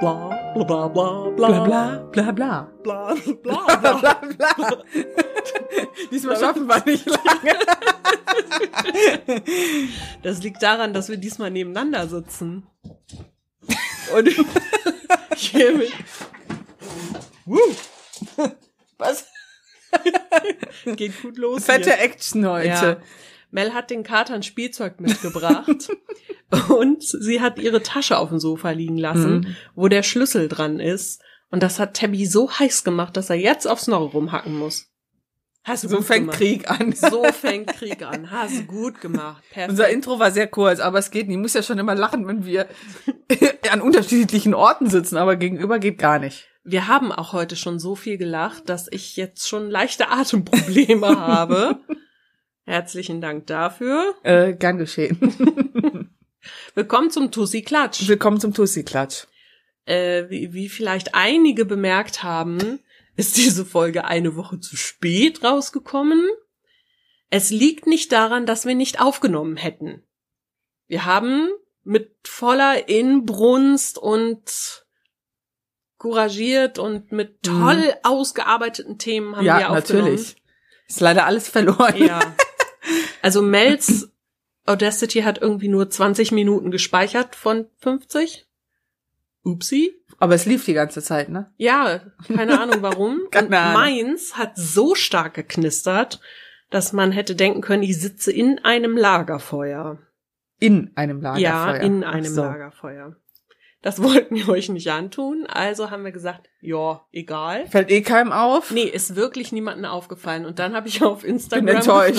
bla bla bla Bla bla bla bla. bla Bla bla bla. Diesmal schaffen wir nicht lange. Das liegt daran, dass wir diesmal nebeneinander sitzen. Und hiermit Was? geht gut los. Fette hier. Action heute. Ja. Mel hat den Kater ein Spielzeug mitgebracht und sie hat ihre Tasche auf dem Sofa liegen lassen, wo der Schlüssel dran ist. Und das hat Tabby so heiß gemacht, dass er jetzt aufs Snorre rumhacken muss. Hast du So gut fängt gemacht. Krieg an. So fängt Krieg an. Hast du gut gemacht. Perfekt. Unser Intro war sehr kurz, aber es geht nicht. Ich muss ja schon immer lachen, wenn wir an unterschiedlichen Orten sitzen, aber gegenüber geht gar nicht. Wir haben auch heute schon so viel gelacht, dass ich jetzt schon leichte Atemprobleme habe. Herzlichen Dank dafür. Gern geschehen. Willkommen zum Tussi Klatsch. Willkommen zum Tussi-Klatsch. Wie vielleicht einige bemerkt haben, ist diese Folge eine Woche zu spät rausgekommen. Es liegt nicht daran, dass wir nicht aufgenommen hätten. Wir haben mit voller Inbrunst und couragiert und mit toll ausgearbeiteten Themen haben wir aufgenommen. Natürlich. Ist leider alles verloren. Ja. Also Mels Audacity hat irgendwie nur 20 Minuten gespeichert von 50. Upsi. Aber es lief die ganze Zeit, ne? Ja, keine Ahnung warum. Keine Und Ahnung. meins hat so stark geknistert, dass man hätte denken können, ich sitze in einem Lagerfeuer. In einem Lagerfeuer. Ja, in einem Ach so. Lagerfeuer. Das wollten wir euch nicht antun, also haben wir gesagt, ja, egal. Fällt eh keinem auf? Nee, ist wirklich niemandem aufgefallen. Und dann habe ich auf Instagram Bin enttäuscht.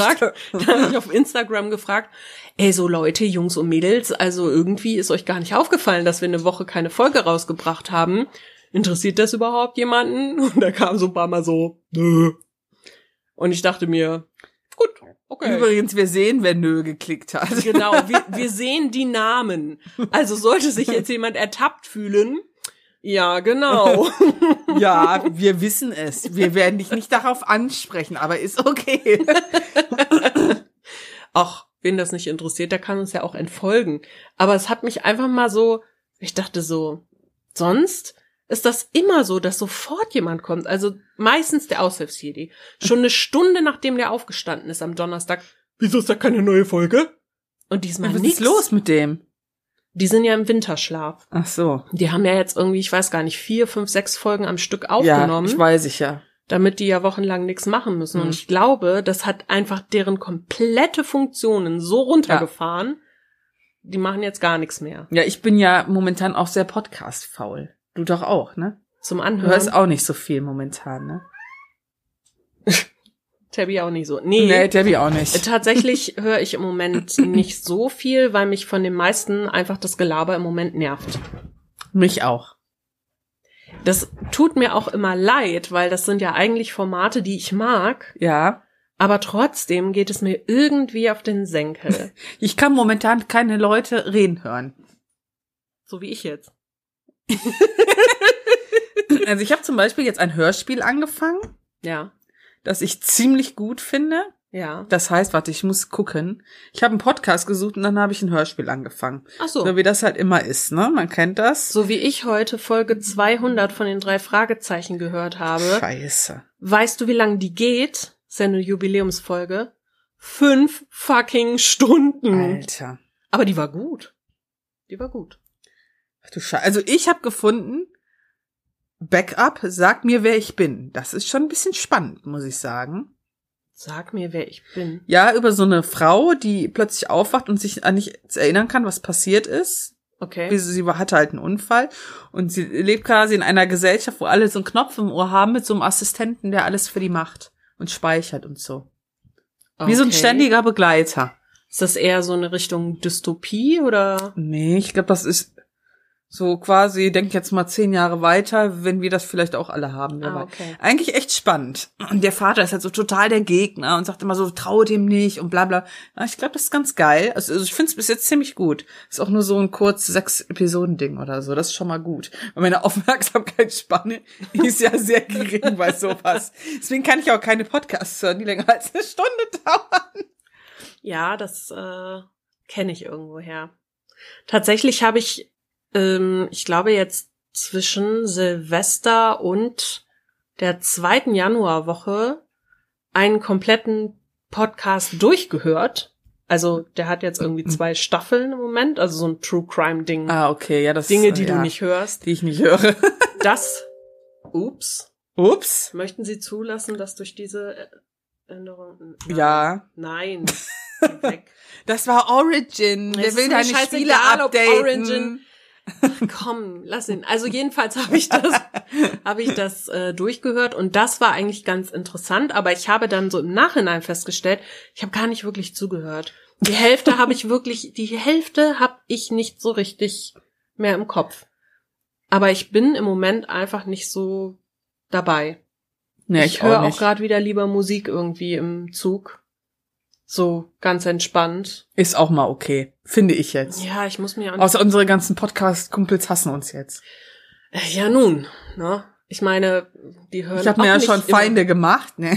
gefragt, ey, so Leute, Jungs und Mädels, also irgendwie ist euch gar nicht aufgefallen, dass wir eine Woche keine Folge rausgebracht haben. Interessiert das überhaupt jemanden? Und da kam so ein paar Mal so, nö. Und ich dachte mir, gut, okay. Übrigens, wir sehen, wer nö geklickt hat. Genau, wir sehen die Namen. Also sollte sich jetzt jemand ertappt fühlen, ja, genau. Ja, wir wissen es. Wir werden dich nicht darauf ansprechen, aber ist okay. Ach, wen das nicht interessiert, der kann uns ja auch entfolgen. Aber es hat mich einfach mal so, ich dachte so, sonst ist das immer so, dass sofort jemand kommt. Also meistens der Aushilfsjedi. Schon eine Stunde, nachdem der aufgestanden ist am Donnerstag. Wieso ist da keine neue Folge? Und diesmal Was nichts. ist los mit dem? Die sind ja im Winterschlaf. Ach so. Die haben ja jetzt irgendwie, ich weiß gar nicht, 4, 5, 6 Folgen am Stück aufgenommen. Ja, weiß ich ja. Damit die ja wochenlang nichts machen müssen. Und ich glaube, das hat einfach deren komplette Funktionen so runtergefahren, die machen jetzt gar nichts mehr. Ja, ich bin ja momentan auch sehr podcast-faul. Du doch auch, ne? Zum Du Anhören. hörst auch nicht so viel momentan, ne? Tabby auch nicht so. Nee, Debbie auch nicht. tatsächlich höre ich im Moment nicht so viel, weil mich von den meisten einfach das Gelaber im Moment nervt. Mich auch. Das tut mir auch immer leid, weil das sind ja eigentlich Formate, die ich mag, Ja. aber trotzdem geht es mir irgendwie auf den Senkel. Ich kann momentan keine Leute reden hören. So wie ich jetzt. Also ich habe zum Beispiel jetzt ein Hörspiel angefangen, Ja, das ich ziemlich gut finde. ja. Das heißt, warte, ich muss gucken. Ich habe einen Podcast gesucht und dann habe ich ein Hörspiel angefangen. Ach so. So wie das halt immer ist, ne? Man kennt das. So wie ich heute Folge 200 von den 3 Fragezeichen gehört habe. Scheiße. Weißt du, wie lang die geht? Das ist ja eine Jubiläumsfolge. 5 fucking Stunden. Alter. Aber die war gut. Die war gut. Ach du Scheiße. Also ich habe gefunden, Backup, sag mir, wer ich bin. Das ist schon ein bisschen spannend, muss ich sagen. Sag mir, wer ich bin. Ja, über so eine Frau, die plötzlich aufwacht und sich an nichts erinnern kann, was passiert ist. Okay. Sie hatte halt einen Unfall und sie lebt quasi in einer Gesellschaft, wo alle so einen Knopf im Ohr haben mit so einem Assistenten, der alles für die macht und speichert und so. Wie so ein Okay. ständiger Begleiter. Ist das eher so eine Richtung Dystopie oder? Nee, ich glaube, das ist so quasi, denk jetzt mal 10 Jahre weiter, wenn wir das vielleicht auch alle haben. wer weiß. Okay. Eigentlich echt spannend. Und der Vater ist halt so total der Gegner und sagt immer so, traue dem nicht und bla bla. Ja, ich glaube, das ist ganz geil. Also ich finde es bis jetzt ziemlich gut. Ist auch nur so ein kurz 6-Episoden-Ding oder so. Das ist schon mal gut. Weil meine Aufmerksamkeitsspanne ist ja sehr gering bei sowas. Deswegen kann ich auch keine Podcasts hören, die länger als eine Stunde dauern. Ja, das kenne ich irgendwoher. Tatsächlich habe ich glaube jetzt zwischen Silvester und der 2. Januarwoche einen kompletten Podcast durchgehört. Also der hat jetzt irgendwie 2 Staffeln im Moment, also so ein True Crime Ding. Ah, okay, ja, das Dinge, die du nicht hörst. Die ich nicht höre. Das, ups. Möchten Sie zulassen, dass durch diese Änderung... Ja. Nein. Geh weg. Das war Origin. Der will deine Spiele updaten. Origin. Komm, lass ihn. Also jedenfalls habe ich das durchgehört und das war eigentlich ganz interessant, aber ich habe dann so im Nachhinein festgestellt, ich habe gar nicht wirklich zugehört. Die Hälfte habe ich nicht so richtig mehr im Kopf. Aber ich bin im Moment einfach nicht so dabei. Nee, ich höre auch gerade wieder lieber Musik irgendwie im Zug. So ganz entspannt. Ist auch mal okay, finde ich jetzt. Ja, ich muss mir auch nicht... Außer unsere ganzen Podcast-Kumpels hassen uns jetzt. Ja nun, ne? Ich meine, die hören. Ich habe mir ja schon Feinde gemacht, ne?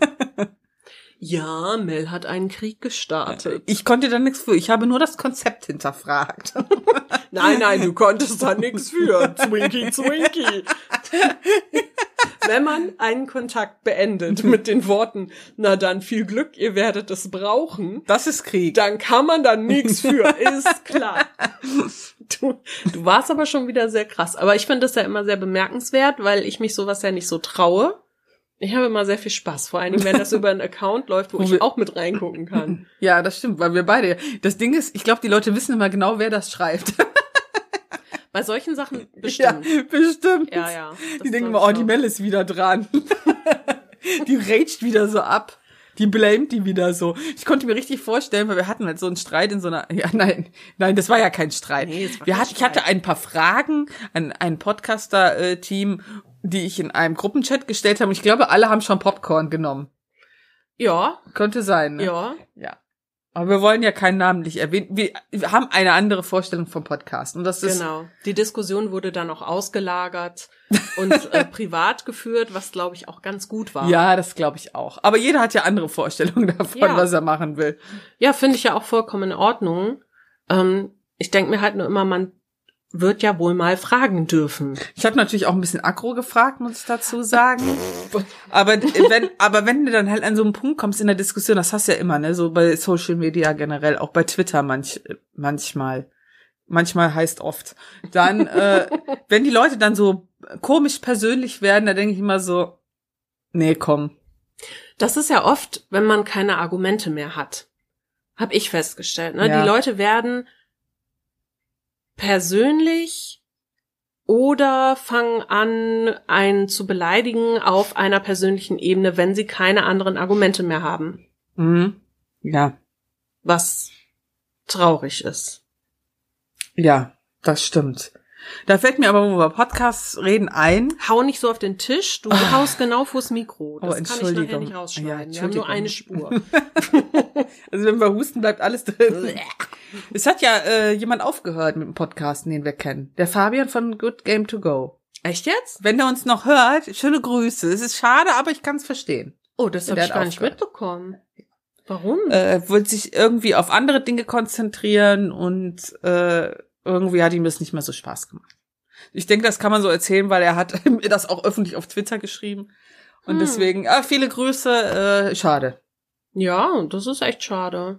Ja, Mel hat einen Krieg gestartet. Ich konnte da nichts für. Ich habe nur das Konzept hinterfragt. Nein, du konntest da nichts für. Zwinky. Wenn man einen Kontakt beendet mit den Worten, na dann viel Glück, ihr werdet es brauchen. Das ist Krieg. Dann kann man da nichts für, ist klar. Du warst aber schon wieder sehr krass. Aber ich finde das ja immer sehr bemerkenswert, weil ich mich sowas ja nicht so traue. Ich habe immer sehr viel Spaß, vor allen Dingen, wenn das über einen Account läuft, wo ich auch mit reingucken kann. Ja, das stimmt, weil wir beide. Das Ding ist, ich glaube, die Leute wissen immer genau, wer das schreibt. Bei solchen Sachen bestimmt. Ja, bestimmt. Ja. Die denken immer, die Mel ist wieder dran. Die raged wieder so ab. Die blamet die wieder so. Ich konnte mir richtig vorstellen, weil wir hatten halt so einen Streit in so einer... Ja, nein, das war ja kein Streit. Nee, ich hatte ein paar Fragen an ein Podcaster-Team, die ich in einem Gruppenchat gestellt habe. Und ich glaube, alle haben schon Popcorn genommen. Ja. Könnte sein, ne? Ja. Aber wir wollen ja keinen namentlich erwähnen. Wir haben eine andere Vorstellung vom Podcast. Und das ist genau. Die Diskussion wurde dann auch ausgelagert und privat geführt, was, glaube ich, auch ganz gut war. Ja, das glaube ich auch. Aber jeder hat ja andere Vorstellungen davon, was er machen will. Ja, finde ich ja auch vollkommen in Ordnung. Ich denke mir halt nur immer, man wird ja wohl mal fragen dürfen. Ich habe natürlich auch ein bisschen aggro gefragt, muss ich dazu sagen. aber wenn du dann halt an so einen Punkt kommst in der Diskussion, das hast du ja immer, ne, so bei Social Media generell, auch bei Twitter manchmal heißt oft, dann wenn die Leute dann so komisch persönlich werden, da denke ich immer so, nee, komm. Das ist ja oft, wenn man keine Argumente mehr hat. Hab ich festgestellt, ne? Ja. Die Leute werden persönlich oder fangen an, einen zu beleidigen auf einer persönlichen Ebene, wenn sie keine anderen Argumente mehr haben. Mhm. Ja. Was traurig ist. Ja, das stimmt. Da fällt mir aber, wo wir Podcasts reden, ein. Hau nicht so auf den Tisch, du haust genau vors Mikro. Das kann ich Entschuldigung. nachher nicht rausschneiden. Ja, wir haben nur eine Spur. Also wenn wir husten, bleibt alles drin. Es hat ja jemand aufgehört mit dem Podcasten, den wir kennen. Der Fabian von Good Game to Go. Echt jetzt? Wenn der uns noch hört, schöne Grüße. Es ist schade, aber ich kann es verstehen. Oh, das habe ich gar nicht mitbekommen. Warum? Wollte sich irgendwie auf andere Dinge konzentrieren und irgendwie hat ihm das nicht mehr so Spaß gemacht. Ich denke, das kann man so erzählen, weil er hat das auch öffentlich auf Twitter geschrieben. Und deswegen, viele Grüße, schade. Ja, das ist echt schade.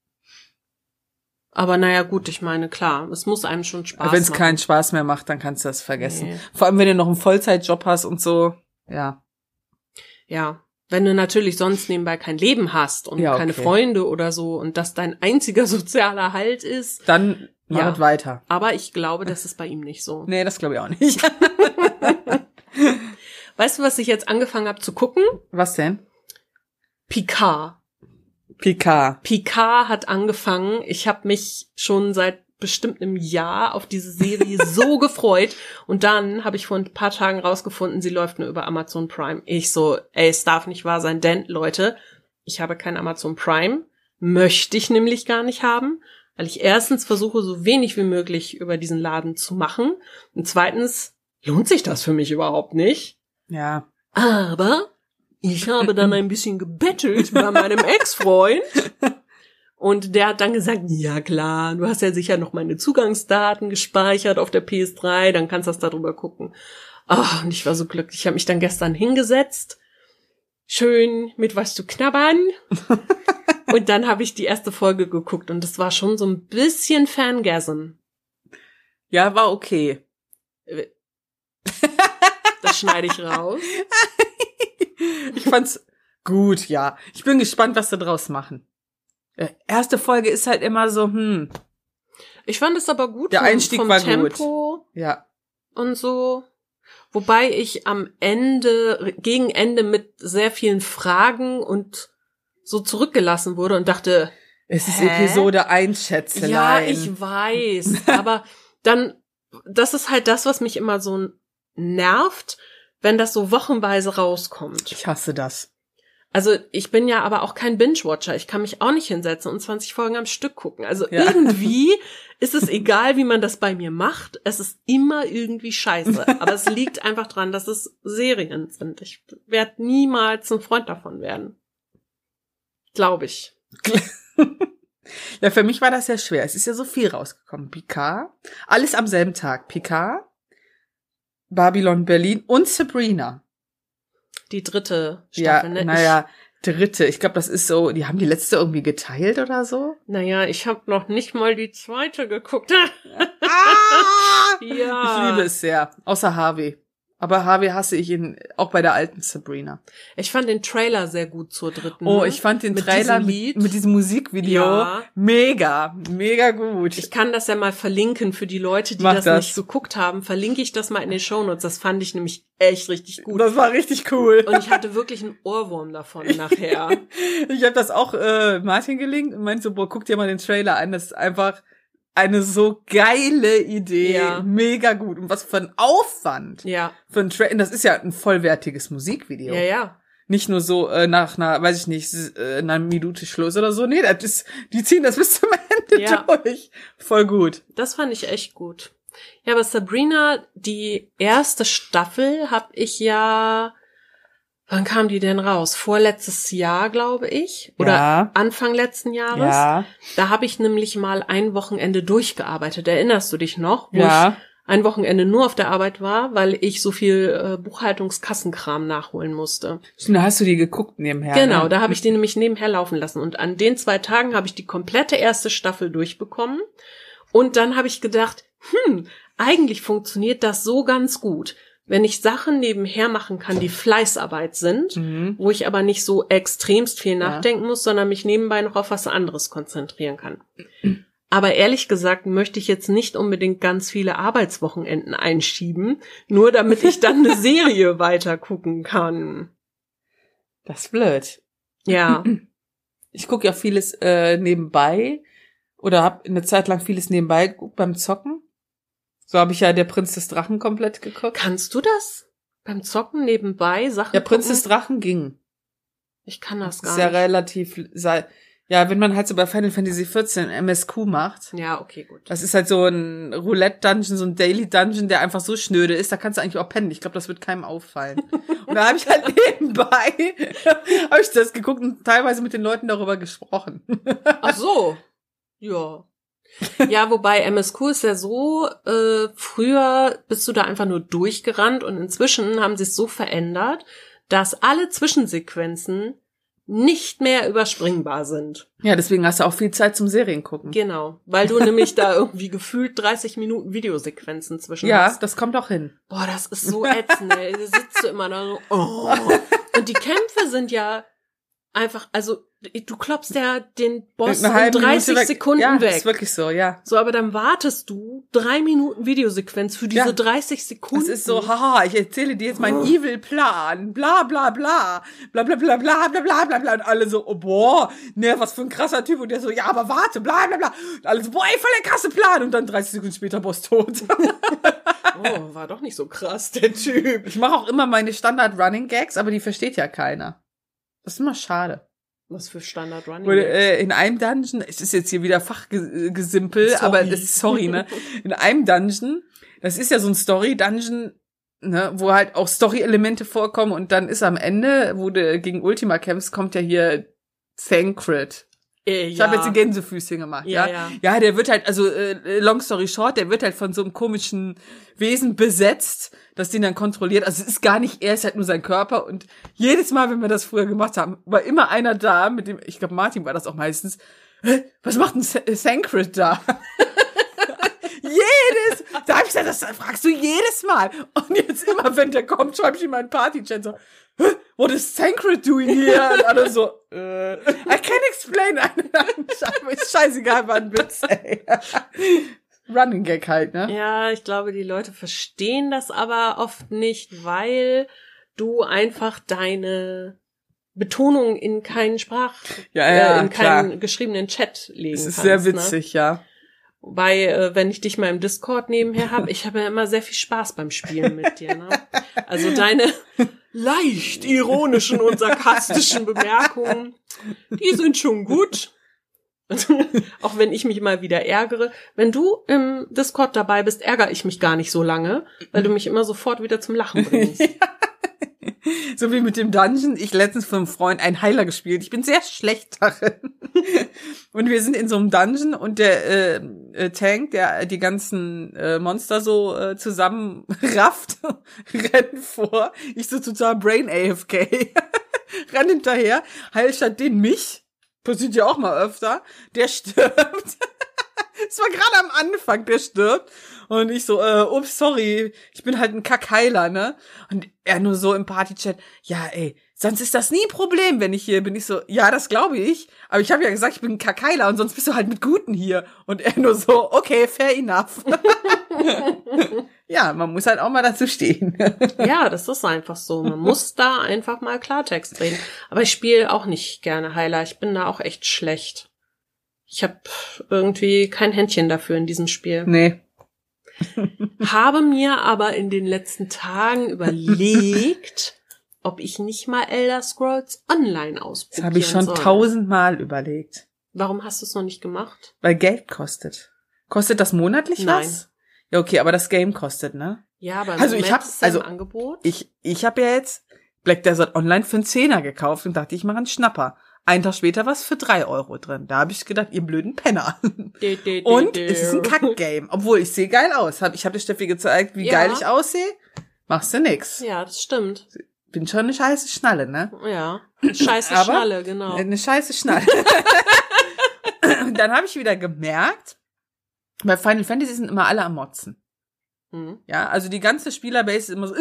Aber naja, gut, ich meine, klar, es muss einem schon Spaß machen. Wenn es keinen Spaß mehr macht, dann kannst du das vergessen. Nee. Vor allem, wenn du noch einen Vollzeitjob hast und so, ja. Ja, wenn du natürlich sonst nebenbei kein Leben hast und keine Freunde oder so und das dein einziger sozialer Halt ist. Dann mach weiter. Aber ich glaube, das ist bei ihm nicht so. Nee, das glaube ich auch nicht. Weißt du, was ich jetzt angefangen habe zu gucken? Was denn? Picard. Picard hat angefangen. Ich habe mich schon seit bestimmt einem Jahr auf diese Serie so gefreut. Und dann habe ich vor ein paar Tagen rausgefunden, sie läuft nur über Amazon Prime. Ich so, es darf nicht wahr sein, denn Leute, ich habe kein Amazon Prime. Möchte ich nämlich gar nicht haben, weil ich erstens versuche, so wenig wie möglich über diesen Laden zu machen. Und zweitens lohnt sich das für mich überhaupt nicht. Ja. Aber ich habe dann ein bisschen gebettelt bei meinem Ex-Freund Und der hat dann gesagt, ja klar, du hast ja sicher noch meine Zugangsdaten gespeichert auf der PS3, dann kannst du das darüber gucken. Und ich war so glücklich. Ich habe mich dann gestern hingesetzt, schön mit was zu knabbern. Und dann habe ich die erste Folge geguckt und das war schon so ein bisschen Fangasm. Ja, war okay. Das schneide ich raus. Ich fand's gut, ja. Ich bin gespannt, was sie draus machen. Erste Folge ist halt immer so, Ich fand es aber gut. Der Einstieg vom war Tempo gut. Ja. Und so. Wobei ich gegen Ende mit sehr vielen Fragen und so zurückgelassen wurde und dachte, es ist Episode 1, Schätzelein. Ja, ich weiß. Aber dann, das ist halt das, was mich immer so nervt, wenn das so wochenweise rauskommt. Ich hasse das. Also ich bin ja aber auch kein Binge-Watcher. Ich kann mich auch nicht hinsetzen und 20 Folgen am Stück gucken. Also irgendwie ist es egal, wie man das bei mir macht. Es ist immer irgendwie scheiße. Aber es liegt einfach dran, dass es Serien sind. Ich werde niemals ein Freund davon werden. Glaube ich. Ja, für mich war das ja schwer. Es ist ja so viel rausgekommen. Picard, alles am selben Tag. Picard, Babylon Berlin und Sabrina. Die dritte Staffel, ne? Naja, dritte. Ich glaube, das ist so, die haben die letzte irgendwie geteilt oder so. Naja, ich habe noch nicht mal die zweite geguckt. Ja. Ich liebe es sehr. Außer Harvey. Aber Harvey hasse ich ihn auch bei der alten Sabrina. Ich fand den Trailer sehr gut zur dritten. Oh, ich fand den Trailer mit diesem Musikvideo mega gut. Ich kann das ja mal verlinken für die Leute, die das nicht geguckt haben. Verlinke ich das mal in den Shownotes. Das fand ich nämlich echt richtig gut. Das war richtig cool. Und ich hatte wirklich einen Ohrwurm davon nachher. Ich habe das auch Martin gelinkt und meinte so, boah, guck dir mal den Trailer an. Das ist einfach eine so geile Idee. Ja. Mega gut. Und was für ein Aufwand. Ja. Für ein Trailer. Das ist ja ein vollwertiges Musikvideo. Ja, ja. Nicht nur so nach einer, weiß ich nicht, einer Minute Schluss oder so. Nee, die ziehen das bis zum Ende durch. Voll gut. Das fand ich echt gut. Ja, aber Sabrina, die erste Staffel habe ich ja... Wann kam die denn raus? Vorletztes Jahr, glaube ich. Oder Anfang letzten Jahres. Ja. Da habe ich nämlich mal ein Wochenende durchgearbeitet. Erinnerst du dich noch? Wo ich ein Wochenende nur auf der Arbeit war, weil ich so viel Buchhaltungskassenkram nachholen musste. Da hast du die geguckt nebenher. Genau, ne? Da habe ich die nämlich nebenher laufen lassen. Und an den 2 Tagen habe ich die komplette erste Staffel durchbekommen. Und dann habe ich gedacht, eigentlich funktioniert das so ganz gut. Wenn ich Sachen nebenher machen kann, die Fleißarbeit sind, wo ich aber nicht so extremst viel nachdenken muss, sondern mich nebenbei noch auf was anderes konzentrieren kann. Aber ehrlich gesagt möchte ich jetzt nicht unbedingt ganz viele Arbeitswochenenden einschieben, nur damit ich dann eine Serie weiter gucken kann. Das ist blöd. Ja. Ich gucke ja vieles nebenbei oder habe eine Zeit lang vieles nebenbei geguckt beim Zocken. So habe ich ja der Prinz des Drachen komplett geguckt. Kannst du das? Beim Zocken nebenbei Sachen Der Prinz gucken? des Drachen ging. Ich kann das gar ist ja nicht. relativ, ja, wenn man halt so bei Final Fantasy 14 MSQ macht. Ja, okay, gut. Das ist halt so ein Roulette-Dungeon, so ein Daily-Dungeon, der einfach so schnöde ist, da kannst du eigentlich auch pennen. Ich glaube, das wird keinem auffallen. Und da habe ich halt nebenbei, habe ich das geguckt und teilweise mit den Leuten darüber gesprochen. Ach so. Ja. Ja, wobei MSQ ist ja so, früher bist du da einfach nur durchgerannt und inzwischen haben sie es so verändert, dass alle Zwischensequenzen nicht mehr überspringbar sind. Ja, deswegen hast du auch viel Zeit zum Serien gucken. Genau, weil du nämlich da irgendwie gefühlt 30 Minuten Videosequenzen zwischen hast. Ja, das kommt auch hin. Boah, das ist so ätzend, ey. Da sitzt du immer da so, oh. Und die Kämpfe sind ja einfach, also du klopfst ja den Boss in 30 Sekunden weg. Ja, ist wirklich so, ja. So, aber dann wartest du 3 Minuten Videosequenz für diese 30 Sekunden. Das ist so, haha, ich erzähle dir jetzt meinen Evil-Plan, bla bla bla, bla bla bla bla bla bla bla bla und alle so, oh boah, ne, was für ein krasser Typ und der so, ja, aber warte, bla bla bla und alle so, boah, ey, voll der krasse Plan und dann 30 Sekunden später Boss tot. Oh, war doch nicht so krass, der Typ. Ich mache auch immer meine Standard-Running-Gags, aber die versteht ja keiner. Das ist immer schade. Was für Standard Running? In einem Dungeon, es ist jetzt hier wieder Fachgesimpel, aber es ist sorry, ne? In einem Dungeon, das ist ja so ein Story-Dungeon, ne, wo halt auch Story-Elemente vorkommen und dann ist am Ende, wo du gegen Ultima kämpfst, kommt ja hier Thancred. Ich habe jetzt die Gänsefüßchen gemacht, ja. Ja. Ja, der wird halt, also long story short, der wird halt von so einem komischen Wesen besetzt, das den dann kontrolliert. Also es ist gar nicht er, es ist halt nur sein Körper. Und jedes Mal, wenn wir das früher gemacht haben, war immer einer da, mit dem, ich glaube Martin war das auch meistens, was macht ein Thancred da? Da hab ich gesagt, das fragst du jedes Mal. Und jetzt immer, wenn der kommt, schreibe ich ihm einen Party-Chat so, what is Thancred doing here? Und alle so, I can't explain. Ist scheißegal, war ein Witz, ey. Running Gag halt, ne? Ja, ich glaube, die Leute verstehen das aber oft nicht, weil du einfach deine Betonung in keinen in keinen geschriebenen Chat legen kannst. Das ist sehr witzig, ja. Wobei, wenn ich dich mal im Discord nebenher habe, ich habe ja immer sehr viel Spaß beim Spielen mit dir, ne? Also deine leicht ironischen und sarkastischen Bemerkungen, die sind schon gut. Auch wenn ich mich mal wieder ärgere. Wenn du im Discord dabei bist, ärgere ich mich gar nicht so lange, weil du mich immer sofort wieder zum Lachen bringst. So wie mit dem Dungeon. Ich letztens von einem Freund einen Heiler gespielt. Ich bin sehr schlecht darin. Und wir sind in so einem Dungeon und der Tank, der die ganzen Monster so zusammen rafft, rennt vor. Ich so total Brain AFK. Renn hinterher, heil statt den mich. Passiert ja auch mal öfter. Der stirbt. Es war gerade am Anfang, der stirbt. Und ich so, ups, sorry, ich bin halt ein Kackheiler, ne? Und er nur so im Partychat, ja, ey, sonst ist das nie ein Problem, wenn ich hier bin. Ich so, ja, das glaube ich. Aber ich habe ja gesagt, ich bin ein Kackheiler und sonst bist du halt mit Guten hier. Und er nur so, okay, fair enough. Ja, man muss halt auch mal dazu stehen. Ja, das ist einfach so. Man muss da einfach mal Klartext reden. Aber ich spiele auch nicht gerne Heiler. Ich bin da auch echt schlecht. Ich habe irgendwie kein Händchen dafür in diesem Spiel. Nee. Habe mir aber in den letzten Tagen überlegt, ob ich nicht mal Elder Scrolls Online ausprobieren Das habe ich schon 1000-mal überlegt. Warum hast du es noch nicht gemacht? Weil Geld kostet. Kostet das monatlich Nein. was? Ja, okay, aber das Game kostet, ne? Ja, aber im Also Moment ich hab, ist es im Angebot. Ich habe ja jetzt Black Desert Online für einen 10er gekauft und dachte, ich mache einen Schnapper. Einen Tag später war es für 3 Euro drin. Da habe ich gedacht, ihr blöden Penner. Und es ist ein Kack-Game. Obwohl, ich sehe geil aus. Ich habe der Steffi gezeigt, wie geil ich aussehe. Machst du nix. Ja, das stimmt. Bin schon eine scheiße Schnalle, ne? Ja, scheiße Schnalle, genau. Eine scheiße Schnalle. Und dann habe ich wieder gemerkt, bei Final Fantasy sind immer alle am Motzen. Ja, also die ganze Spielerbase ist immer so,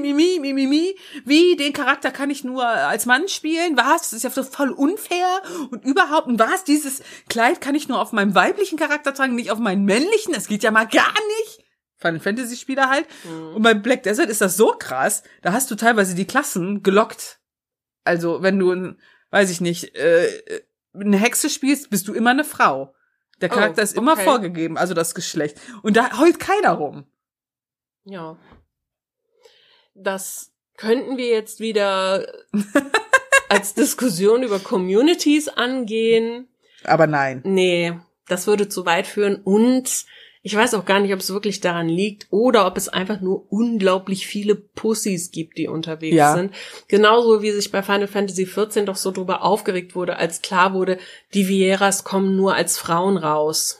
wie, den Charakter kann ich nur als Mann spielen, was, das ist ja so voll unfair und überhaupt, und was, dieses Kleid kann ich nur auf meinem weiblichen Charakter tragen, nicht auf meinen männlichen, das geht ja mal gar nicht. Final Fantasy Spieler halt. Und bei Black Desert ist das so krass, da hast du teilweise die Klassen gelockt. Also, wenn du, weiß ich nicht, eine Hexe spielst, bist du immer eine Frau. Der Charakter ist immer vorgegeben, also das Geschlecht. Und da heult keiner rum. Ja. Das könnten wir jetzt wieder als Diskussion über Communities angehen. Aber nein. Nee, das würde zu weit führen. Und ich weiß auch gar nicht, ob es wirklich daran liegt oder ob es einfach nur unglaublich viele Pussys gibt, die unterwegs sind. Genauso wie sich bei Final Fantasy XIV doch so drüber aufgeregt wurde, als klar wurde, die Vieras kommen nur als Frauen raus.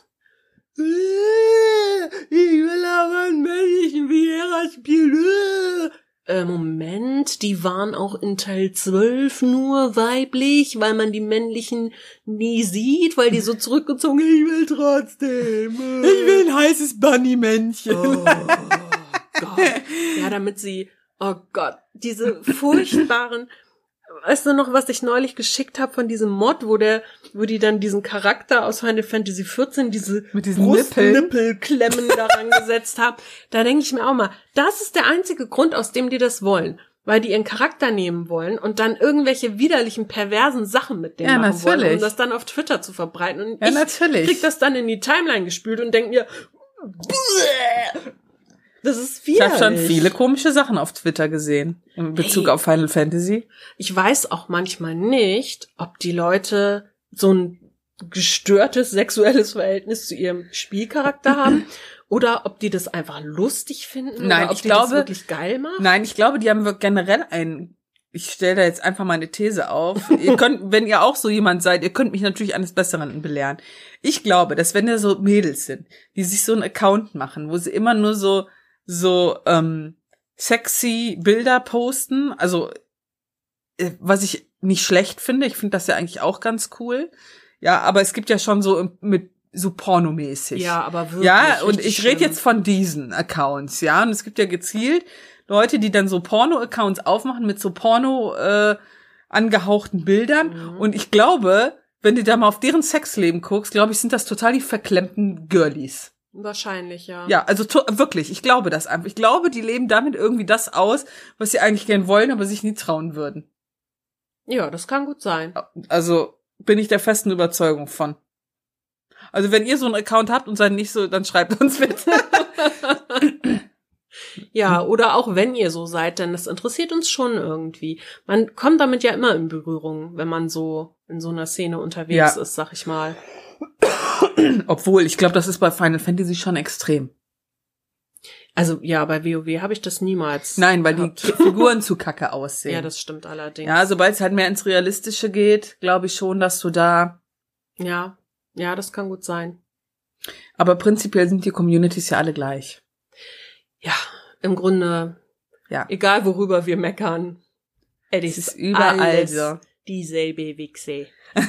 Ich will aber einen männlichen Viera spielen. Moment, die waren auch in Teil 12 nur weiblich, weil man die männlichen nie sieht, weil die so zurückgezogen, ich will trotzdem. Ich will ein heißes Bunny-Männchen. Oh Gott. Ja, damit sie, oh Gott, diese furchtbaren, weißt du noch, was ich neulich geschickt habe von diesem Mod, wo die dann diesen Charakter aus Final Fantasy XIV, mit diesen Brustnippelklemmen daran gesetzt haben. Da denke ich mir auch mal, das ist der einzige Grund, aus dem die das wollen. Weil die ihren Charakter nehmen wollen und dann irgendwelche widerlichen, perversen Sachen mit dem machen wollen, um das dann auf Twitter zu verbreiten. Und ich krieg das dann in die Timeline gespült und denk mir, das ist widerlich. Ich habe schon viele komische Sachen auf Twitter gesehen in Bezug auf Final Fantasy. Ich weiß auch manchmal nicht, ob die Leute so ein gestörtes sexuelles Verhältnis zu ihrem Spielcharakter haben oder ob die das einfach lustig finden. Nein, oder ob ich die glaube, das wirklich geil machen. Nein, ich glaube, die haben generell ein ich stelle da jetzt einfach meine These auf. Ihr könnt, wenn ihr auch so jemand seid, ihr könnt mich natürlich eines Besseren belehren. Ich glaube, dass wenn da so Mädels sind, die sich so einen Account machen, wo sie immer nur so sexy Bilder posten, also was ich nicht schlecht finde, ich finde das ja eigentlich auch ganz cool. Ja, aber es gibt ja schon so mit so pornomäßig. Ja, aber wirklich. Ja, und ich schlimm. rede jetzt von diesen Accounts, ja, und es gibt ja gezielt Leute, die dann so Porno-Accounts aufmachen mit so Porno angehauchten Bildern. Und ich glaube, wenn du da mal auf deren Sexleben guckst, glaube ich, sind das total die verklemmten Girlies. Wahrscheinlich, ja. Ja, also wirklich, ich glaube das einfach. Ich glaube, die leben damit irgendwie das aus, was sie eigentlich gern wollen, aber sich nie trauen würden. Ja, das kann gut sein. Also bin ich der festen Überzeugung von. Also wenn ihr so einen Account habt und seid nicht so, dann schreibt uns bitte. Ja, oder auch wenn ihr so seid, denn das interessiert uns schon irgendwie. Man kommt damit ja immer in Berührung, wenn man so in so einer Szene unterwegs ist, sag ich mal. Obwohl, ich glaube, das ist bei Final Fantasy schon extrem. Also ja, bei WoW habe ich das niemals. Nein, weil die Figuren zu kacke aussehen. Ja, das stimmt allerdings. Ja, sobald es halt mehr ins Realistische geht, glaube ich schon, dass du da... Ja, das kann gut sein. Aber prinzipiell sind die Communities ja alle gleich. Ja, im Grunde, egal worüber wir meckern, es ist überall so. Dieselbe Wichse.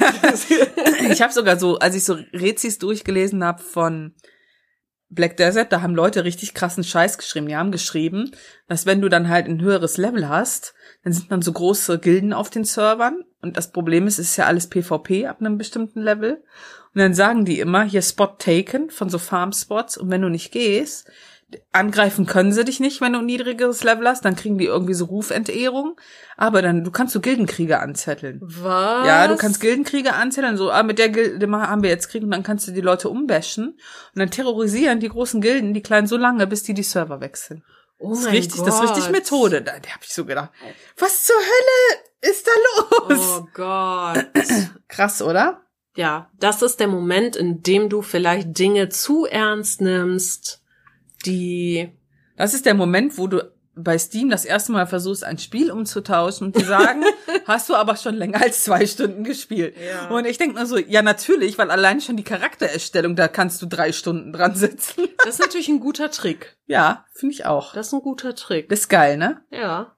Ich habe sogar so, als ich so Rezis durchgelesen habe von Black Desert, da haben Leute richtig krassen Scheiß geschrieben. Die haben geschrieben, dass wenn du dann halt ein höheres Level hast, dann sind dann so große Gilden auf den Servern. Und das Problem ist, es ist ja alles PvP ab einem bestimmten Level. Und dann sagen die immer, hier Spot taken von so Farm-Spots. Und wenn du nicht gehst, angreifen können sie dich nicht, wenn du ein niedrigeres Level hast. Dann kriegen die irgendwie so Rufentehrung. Aber dann, du kannst so Gildenkriege anzetteln. Was? Ja, du kannst Gildenkriege anzetteln. So, mit der Gilde haben wir jetzt Krieg und dann kannst du die Leute umbashen. Und dann terrorisieren die großen Gilden die kleinen so lange, bis die Server wechseln. Oh das mein ist Gott. Das ist richtig Methode. Da hab ich so gedacht, was zur Hölle ist da los? Oh Gott. Krass, oder? Ja, das ist der Moment, in dem du vielleicht Dinge zu ernst nimmst, Das ist der Moment, wo du bei Steam das erste Mal versuchst, ein Spiel umzutauschen und die sagen, hast du aber schon länger als 2 Stunden gespielt. Ja. Und ich denke nur so, ja natürlich, weil allein schon die Charaktererstellung, da kannst du 3 Stunden dran sitzen. Das ist natürlich ein guter Trick. Ja, finde ich auch. Das ist ein guter Trick. Das ist geil, ne? Ja.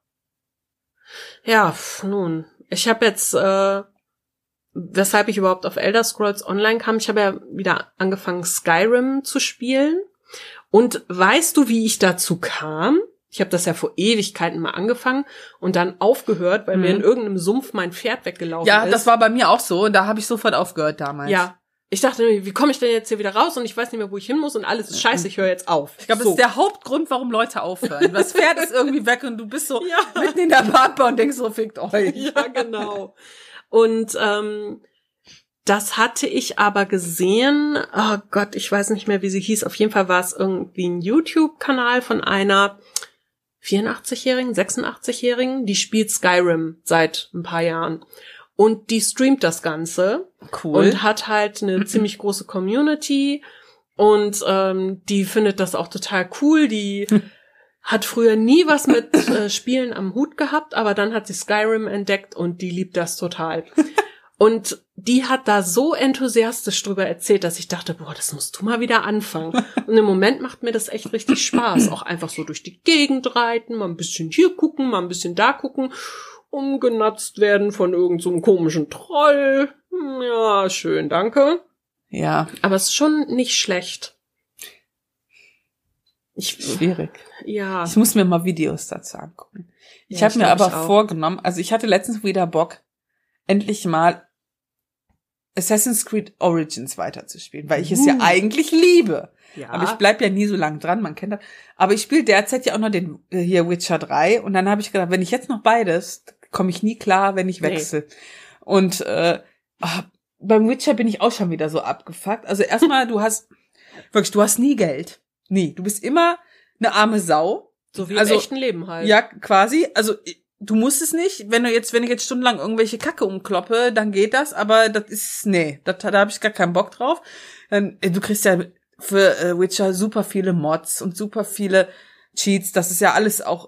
Ja, nun, ich habe jetzt, weshalb ich überhaupt auf Elder Scrolls Online kam, ich habe ja wieder angefangen, Skyrim zu spielen. Und weißt du, wie ich dazu kam? Ich habe das ja vor Ewigkeiten mal angefangen und dann aufgehört, weil mir in irgendeinem Sumpf mein Pferd weggelaufen ist. Ja, das war bei mir auch so und da habe ich sofort aufgehört damals. Ja. Ich dachte, wie komme ich denn jetzt hier wieder raus und ich weiß nicht mehr, wo ich hin muss und alles ist scheiße, ich höre jetzt auf. Ich glaube, das ist der Hauptgrund, warum Leute aufhören. Das Pferd ist irgendwie weg und du bist so mitten in der Parkbahn und denkst so, fickt euch. Ja, genau. Und das hatte ich aber gesehen, oh Gott, ich weiß nicht mehr, wie sie hieß. Auf jeden Fall war es irgendwie ein YouTube-Kanal von einer 84-Jährigen, 86-Jährigen, die spielt Skyrim seit ein paar Jahren. Und die streamt das Ganze. Cool. Und hat halt eine ziemlich große Community. Und die findet das auch total cool. Die hat früher nie was mit Spielen am Hut gehabt, aber dann hat sie Skyrim entdeckt und die liebt das total. Und die hat da so enthusiastisch drüber erzählt, dass ich dachte, boah, das musst du mal wieder anfangen. Und im Moment macht mir das echt richtig Spaß. Auch einfach so durch die Gegend reiten, mal ein bisschen hier gucken, mal ein bisschen da gucken, umgenatzt werden von irgend so einem komischen Troll. Ja, schön, danke. Ja. Aber es ist schon nicht schlecht. Schwierig. Ja. Ich muss mir mal Videos dazu angucken. Ich habe mir aber vorgenommen, also ich hatte letztens wieder Bock, endlich mal Assassin's Creed Origins weiterzuspielen, weil ich es ja eigentlich liebe. Ja. Aber ich bleib ja nie so lang dran, man kennt das. Aber ich spiele derzeit ja auch noch den hier Witcher 3 und dann habe ich gedacht, wenn ich jetzt noch beides, komme ich nie klar, wenn ich wechsle. Nee. Und beim Witcher bin ich auch schon wieder so abgefuckt. Also erstmal, du hast nie Geld. Nie. Du bist immer eine arme Sau. So wie im echten Leben halt. Ja, quasi. Also du musst es nicht. Wenn ich jetzt stundenlang irgendwelche Kacke umkloppe, dann geht das. Aber da habe ich gar keinen Bock drauf. Du kriegst ja für Witcher super viele Mods und super viele Cheats. Das ist ja alles auch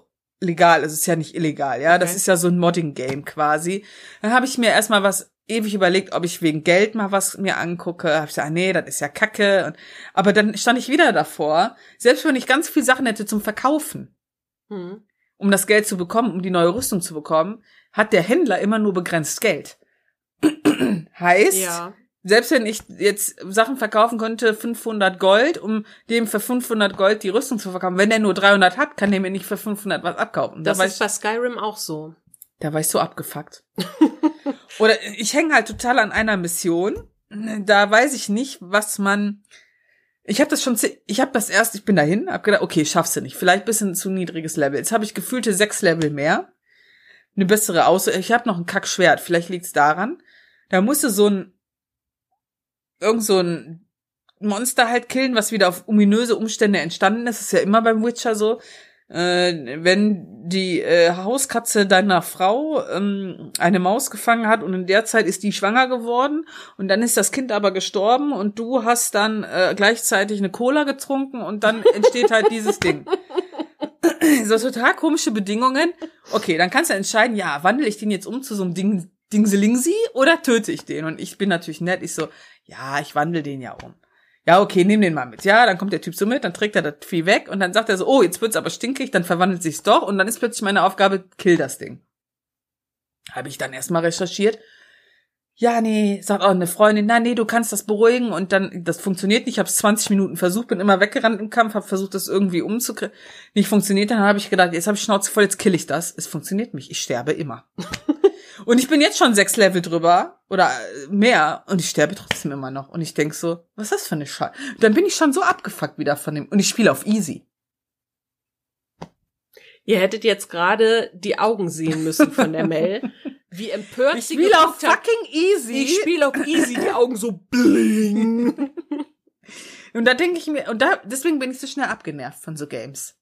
legal, es ist ja nicht illegal, ja. Das Okay. ist ja so ein Modding-Game quasi. Dann habe ich mir erstmal ewig überlegt, ob ich wegen Geld mal was mir angucke. Habe ich gesagt, nee, das ist ja Kacke. Aber dann stand ich wieder davor, selbst wenn ich ganz viele Sachen hätte zum Verkaufen, um das Geld zu bekommen, um die neue Rüstung zu bekommen, hat der Händler immer nur begrenzt Geld. Heißt, Ja. selbst wenn ich jetzt Sachen verkaufen könnte, 500 Gold, um dem für 500 Gold die Rüstung zu verkaufen, wenn der nur 300 hat, kann der mir nicht für 500 was abkaufen. Das ist bei Skyrim auch so. Da war ich so abgefuckt. Oder ich hänge halt total an einer Mission. Da weiß ich nicht, was man... Ich bin dahin, hab gedacht, okay, schaffst du nicht. Vielleicht bisschen zu niedriges Level. Jetzt habe ich gefühlte 6 Level mehr. Eine bessere Ich habe noch ein Kackschwert. Vielleicht liegt's daran. Da musste irgend so ein Monster halt killen, was wieder auf ominöse Umstände entstanden ist. Das ist ja immer beim Witcher so. Wenn die Hauskatze deiner Frau eine Maus gefangen hat und in der Zeit ist die schwanger geworden und dann ist das Kind aber gestorben und du hast dann gleichzeitig eine Cola getrunken und dann entsteht halt dieses Ding. So total komische Bedingungen. Okay, dann kannst du entscheiden, ja, wandle ich den jetzt um zu so einem Dingselingsi oder töte ich den? Und ich bin natürlich nett. Ich so, ja, ich wandle den ja um. Ja, okay, nimm den mal mit. Ja, dann kommt der Typ so mit, dann trägt er das Vieh weg und dann sagt er so, oh, jetzt wird's aber stinkig, dann verwandelt sich's doch und dann ist plötzlich meine Aufgabe, kill das Ding. Habe ich dann erstmal recherchiert. Ja, nee, sagt auch eine Freundin, na nee, du kannst das beruhigen und dann, das funktioniert nicht, ich habe es 20 Minuten versucht, bin immer weggerannt im Kampf, habe versucht, das irgendwie umzukriegen. Nicht funktioniert, dann habe ich gedacht, jetzt habe ich Schnauze voll, jetzt kill ich das. Es funktioniert nicht, ich sterbe immer. Und ich bin jetzt schon 6 Level drüber oder mehr und ich sterbe trotzdem immer noch. Und ich denk so, was ist das für eine Scheiße? Dann bin ich schon so abgefuckt wieder von dem. Und ich spiele auf easy. Ihr hättet jetzt gerade die Augen sehen müssen von der Mel. Wie empört Ich sie spiele auf geguckt hat. fucking easy. Ich spiele auf easy, die Augen so bling. Und da denke ich mir, deswegen bin ich so schnell abgenervt von so Games.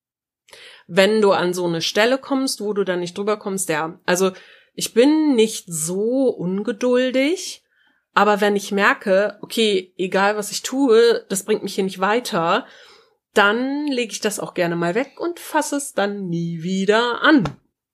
Wenn du an so eine Stelle kommst, wo du dann nicht drüber kommst, ja. Also ich bin nicht so ungeduldig, aber wenn ich merke, okay, egal was ich tue, das bringt mich hier nicht weiter, dann lege ich das auch gerne mal weg und fasse es dann nie wieder an.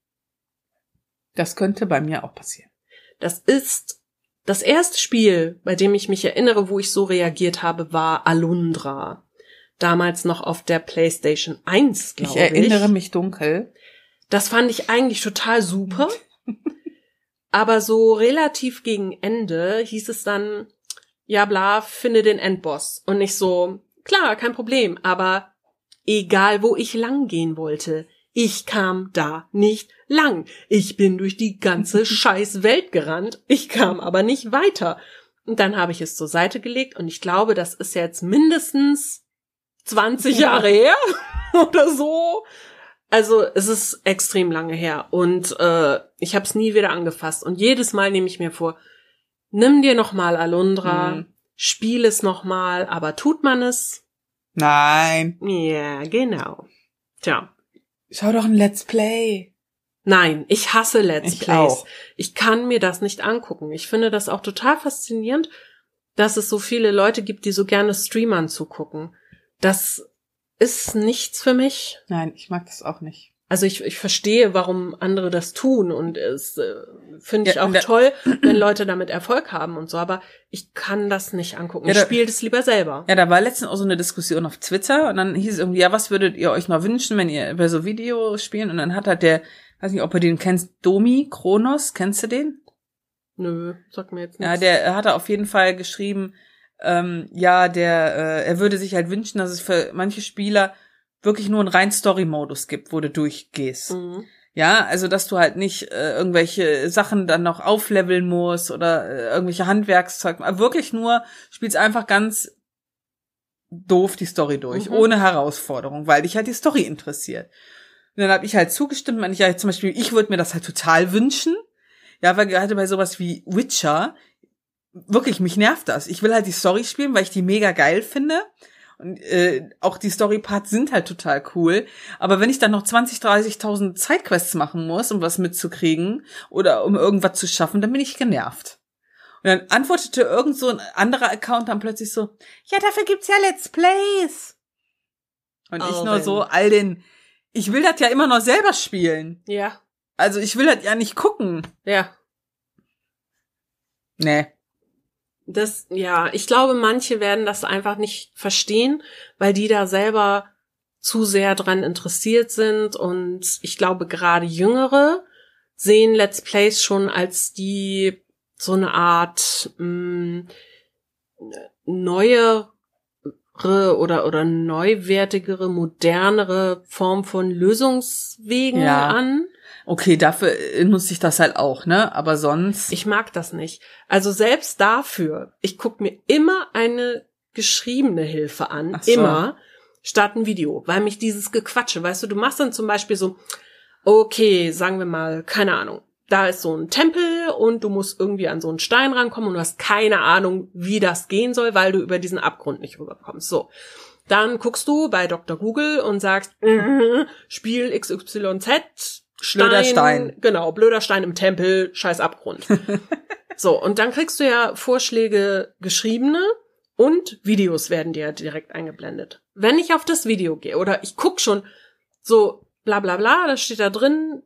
Das könnte bei mir auch passieren. Das ist das erste Spiel, bei dem ich mich erinnere, wo ich so reagiert habe, war Alundra. Damals noch auf der PlayStation 1, glaube ich. Ich erinnere mich dunkel. Das fand ich eigentlich total super. Aber so relativ gegen Ende hieß es dann, ja bla, finde den Endboss. Und nicht so, klar, kein Problem, aber egal wo ich lang gehen wollte, ich kam da nicht lang. Ich bin durch die ganze scheiß Welt gerannt, ich kam aber nicht weiter. Und dann habe ich es zur Seite gelegt und ich glaube, das ist jetzt mindestens 20 Jahre her oder so. Also es ist extrem lange her und ich habe es nie wieder angefasst. Und jedes Mal nehme ich mir vor, nimm dir noch mal Alundra, spiel es noch mal, aber tut man es? Nein. Ja, genau. Tja. Schau doch ein Let's Play. Nein, ich hasse Let's Ich Plays. auch. Ich kann mir das nicht angucken. Ich finde das auch total faszinierend, dass es so viele Leute gibt, die so gerne Streamern zugucken. Das ist nichts für mich. Nein, ich mag das auch nicht. Also ich verstehe, warum andere das tun und es finde ich Ja, auch toll, wenn Leute damit Erfolg haben und so, aber ich kann das nicht angucken. Ja, Ich spiele das lieber selber. Ja, da war letztens auch so eine Diskussion auf Twitter und dann hieß es irgendwie, ja, was würdet ihr euch mal wünschen, wenn ihr bei so Videos spielen? Und dann hat halt weiß nicht, ob du den kennst, Domi Kronos, kennst du den? Nö, sag mir jetzt Ja, nichts. der hat auf jeden Fall geschrieben, er würde sich halt wünschen, dass es für manche Spieler wirklich nur einen rein Story-Modus gibt, wo du durchgehst. Mhm. Ja, also dass du halt nicht irgendwelche Sachen dann noch aufleveln musst oder irgendwelche Handwerkszeug. Wirklich nur spielst einfach ganz doof die Story durch, ohne Herausforderung, weil dich halt die Story interessiert. Und dann habe ich halt zugestimmt, wenn ich ja zum Beispiel, ich würde mir das halt total wünschen. Ja, weil gerade bei sowas wie Witcher, wirklich, mich nervt das. Ich will halt die Story spielen, weil ich die mega geil finde. Und auch die Story-Parts sind halt total cool. Aber wenn ich dann noch 30.000 Sidequests machen muss, um was mitzukriegen oder um irgendwas zu schaffen, dann bin ich genervt. Und dann antwortete irgend so ein anderer Account dann plötzlich so, ja, dafür gibt's ja Let's Plays. Und ich nur so all den ich will das ja immer noch selber spielen. Ja. Also ich will das ja nicht gucken. Ja. Nee. Ich glaube, manche werden das einfach nicht verstehen, weil die da selber zu sehr dran interessiert sind. Und ich glaube, gerade Jüngere sehen Let's Plays schon als die so eine Art neuere oder neuwertigere, modernere Form von Lösungswegen an. Okay, dafür nutze ich das halt auch, ne? Aber sonst... Ich mag das nicht. Also selbst dafür, ich gucke mir immer eine geschriebene Hilfe an, Ach so. immer, statt ein Video, weil mich dieses Gequatsche, weißt du machst dann zum Beispiel so, okay, sagen wir mal, keine Ahnung, da ist so ein Tempel und du musst irgendwie an so einen Stein rankommen und du hast keine Ahnung, wie das gehen soll, weil du über diesen Abgrund nicht rüberkommst. So. Dann guckst du bei Dr. Google und sagst, Spiel XYZ, Blöder Stein. Genau, blöder Stein im Tempel, scheiß Abgrund. So, und dann kriegst du ja Vorschläge geschriebene und Videos werden dir direkt eingeblendet. Wenn ich auf das Video gehe oder ich guck schon so bla bla bla, da steht da drin,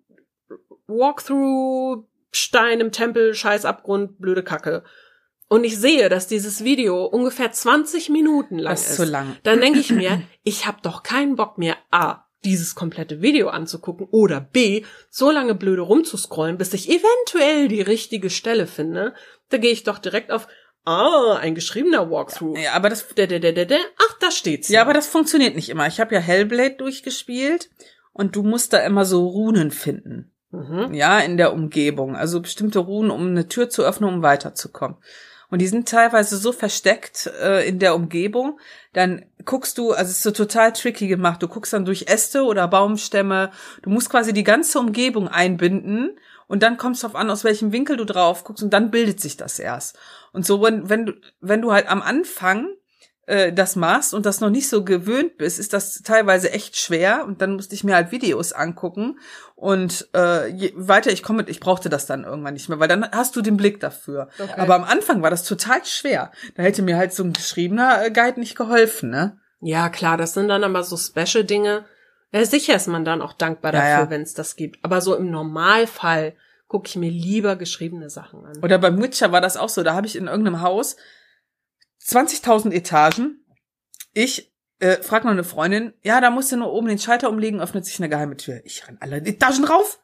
Walkthrough, Stein im Tempel, scheiß Abgrund, blöde Kacke. Und ich sehe, dass dieses Video ungefähr 20 Minuten lang ist. Das ist zu lang. Dann denke ich mir, ich habe doch keinen Bock mehr, A, dieses komplette Video anzugucken oder B, so lange blöde rumzuscrollen, bis ich eventuell die richtige Stelle finde. Da gehe ich doch direkt auf, ein geschriebener Walkthrough. Ja, aber das... Ach, da steht's. Ja, aber das funktioniert nicht immer. Ich habe ja Hellblade durchgespielt und du musst da immer so Runen finden. Ja, in der Umgebung. Also bestimmte Runen, um eine Tür zu öffnen, um weiterzukommen. Und die sind teilweise so versteckt in der Umgebung, dann guckst du, also es ist so total tricky gemacht, du guckst dann durch Äste oder Baumstämme, du musst quasi die ganze Umgebung einbinden und dann kommt es drauf an, aus welchem Winkel du drauf guckst und dann bildet sich das erst. Und so, wenn du halt am Anfang das machst und das noch nicht so gewöhnt bist, ist das teilweise echt schwer und dann musste ich mir halt Videos angucken und je weiter ich komme, ich brauchte das dann irgendwann nicht mehr, weil dann hast du den Blick dafür. Okay. Aber am Anfang war das total schwer. Da hätte mir halt so ein geschriebener Guide nicht geholfen, ne? Ja, klar, das sind dann aber so Special-Dinge. Ja, sicher ist man dann auch dankbar dafür, wenn es das gibt. Aber so im Normalfall gucke ich mir lieber geschriebene Sachen an. Oder beim Witcher war das auch so, da habe ich in irgendeinem Haus 20.000 Etagen. Ich frag noch eine Freundin, ja, da musst du nur oben den Schalter umlegen, öffnet sich eine geheime Tür. Ich renn alle Etagen rauf,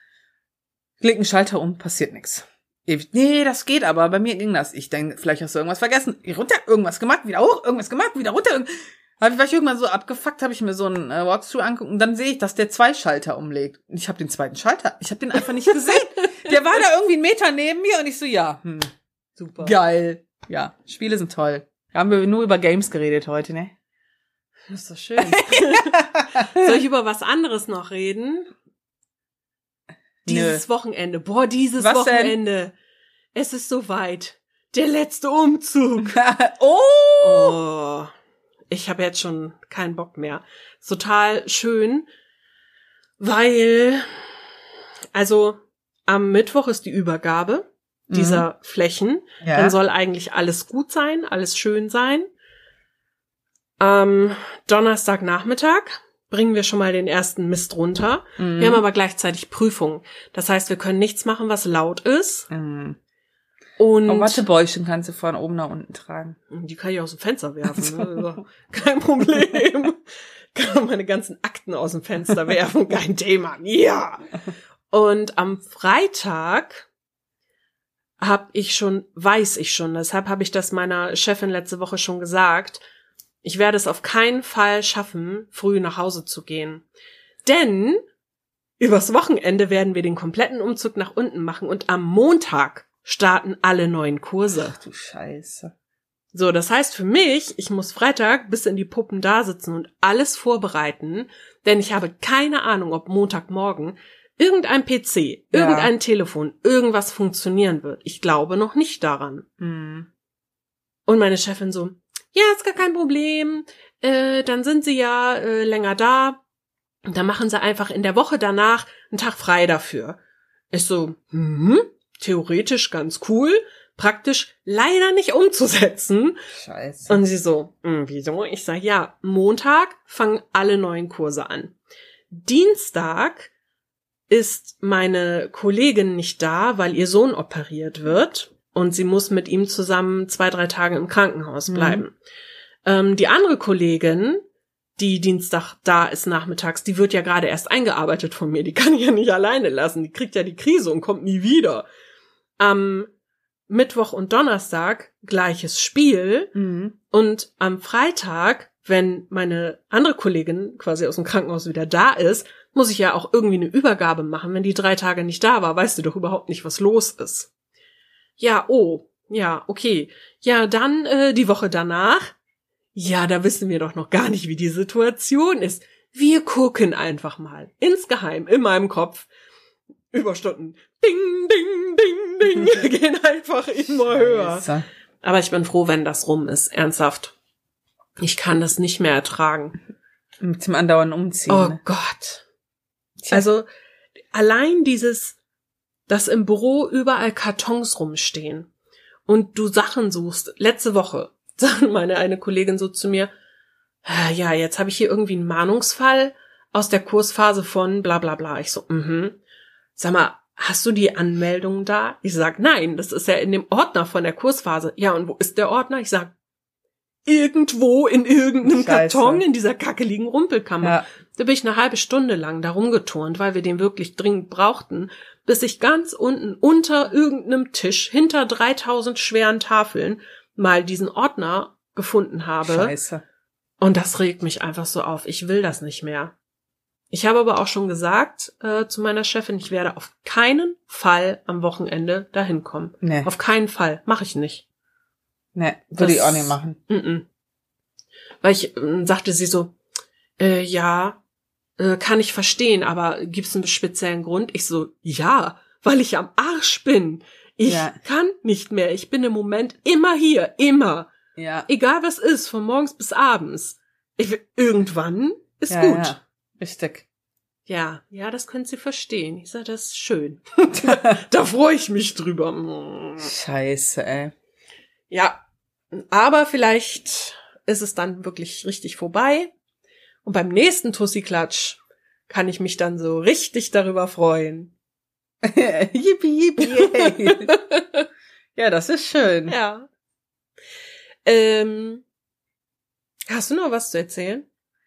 leg einen Schalter um, passiert nichts. Nee, das geht aber, bei mir ging das. Ich denke, vielleicht hast du irgendwas vergessen. Runter, irgendwas gemacht, wieder hoch, irgendwas gemacht, wieder runter. War ich irgendwann so abgefuckt, habe ich mir so einen Walkthrough angeguckt und dann sehe ich, dass der 2 Schalter umlegt. Und ich habe den zweiten Schalter, ich habe den einfach nicht gesehen. Der war da irgendwie 1 Meter neben mir und ich so, ja, super. Geil. Ja, Spiele sind toll. Da haben wir nur über Games geredet heute, ne? Das ist doch schön. Soll ich über was anderes noch reden? Dieses Wochenende. Boah, dieses was Wochenende. Denn? Es ist soweit. Der letzte Umzug. Oh! Ich habe jetzt schon keinen Bock mehr. Total schön, weil, also am Mittwoch ist die Übergabe dieser Flächen. Ja. Dann soll eigentlich alles gut sein, alles schön sein. Am Donnerstagnachmittag bringen wir schon mal den ersten Mist runter. Wir haben aber gleichzeitig Prüfungen. Das heißt, wir können nichts machen, was laut ist. Und Wattebäuschen kannst du von oben nach unten tragen. Die kann ich aus dem Fenster werfen. Ne? Kein Problem. Kann meine ganzen Akten aus dem Fenster werfen. Kein Thema. Ja. Und am Freitag weiß ich schon, deshalb habe ich das meiner Chefin letzte Woche schon gesagt, ich werde es auf keinen Fall schaffen, früh nach Hause zu gehen. Denn übers Wochenende werden wir den kompletten Umzug nach unten machen und am Montag starten alle neuen Kurse. Ach du Scheiße. So, das heißt für mich, ich muss Freitag bis in die Puppen da sitzen und alles vorbereiten, denn ich habe keine Ahnung, ob Montagmorgen irgendein PC, irgendein Telefon, irgendwas funktionieren wird. Ich glaube noch nicht daran. Und meine Chefin so, ja, ist gar kein Problem, dann sind sie ja länger da und dann machen sie einfach in der Woche danach einen Tag frei dafür. Ich so, theoretisch ganz cool, praktisch leider nicht umzusetzen. Scheiße. Und sie so, wieso? Ich sag, ja, Montag fangen alle neuen Kurse an. Dienstag ist meine Kollegin nicht da, weil ihr Sohn operiert wird und sie muss mit ihm zusammen 2-3 Tage im Krankenhaus bleiben. Die andere Kollegin, die Dienstag da ist nachmittags, die wird ja gerade erst eingearbeitet von mir. Die kann ich ja nicht alleine lassen. Die kriegt ja die Krise und kommt nie wieder. Am Mittwoch und Donnerstag gleiches Spiel. Und am Freitag, wenn meine andere Kollegin quasi aus dem Krankenhaus wieder da ist, muss ich ja auch irgendwie eine Übergabe machen. Wenn die 3 Tage nicht da war, weißt du doch überhaupt nicht, was los ist. Ja, okay. Ja, dann die Woche danach. Ja, da wissen wir doch noch gar nicht, wie die Situation ist. Wir gucken einfach mal. Insgeheim, in meinem Kopf. Überstunden. Ding, ding, ding, ding. Gehen einfach immer höher. Aber ich bin froh, wenn das rum ist. Ernsthaft. Ich kann das nicht mehr ertragen. Mit dem andauernden Umziehen. Oh Gott. Also, allein dass im Büro überall Kartons rumstehen und du Sachen suchst. Letzte Woche sagte eine Kollegin so zu mir, ja, jetzt habe ich hier irgendwie einen Mahnungsfall aus der Kursphase von bla bla bla. Ich so, Sag mal, hast du die Anmeldung da? Ich sag, nein, das ist ja in dem Ordner von der Kursphase. Ja, und wo ist der Ordner? Ich sag, irgendwo in irgendeinem Karton in dieser kackeligen Rumpelkammer. Ja. Da bin ich eine halbe Stunde lang da rumgeturnt, weil wir den wirklich dringend brauchten, bis ich ganz unten unter irgendeinem Tisch hinter 3000 schweren Tafeln mal diesen Ordner gefunden habe. Scheiße. Und das regt mich einfach so auf. Ich will das nicht mehr. Ich habe aber auch schon gesagt zu meiner Chefin, ich werde auf keinen Fall am Wochenende dahin kommen. Nee. Auf keinen Fall. Mache ich nicht. Nee, würde ich auch nicht machen. Weil sagte sie so, ja, kann ich verstehen, aber gibt's einen speziellen Grund? Ich so, ja, weil ich am Arsch bin. Ich kann nicht mehr. Ich bin im Moment immer hier, immer. Ja. Egal was ist, von morgens bis abends. Irgendwann ist gut. Ja, richtig. Ja, das können Sie verstehen. Ich sage, das ist schön. Da freue ich mich drüber. Scheiße, ey. Ja, aber vielleicht ist es dann wirklich richtig vorbei. Und beim nächsten Tussi-Klatsch kann ich mich dann so richtig darüber freuen. Yippie, yippie, yay. Ja, das ist schön. Ja. Hast du noch was zu erzählen?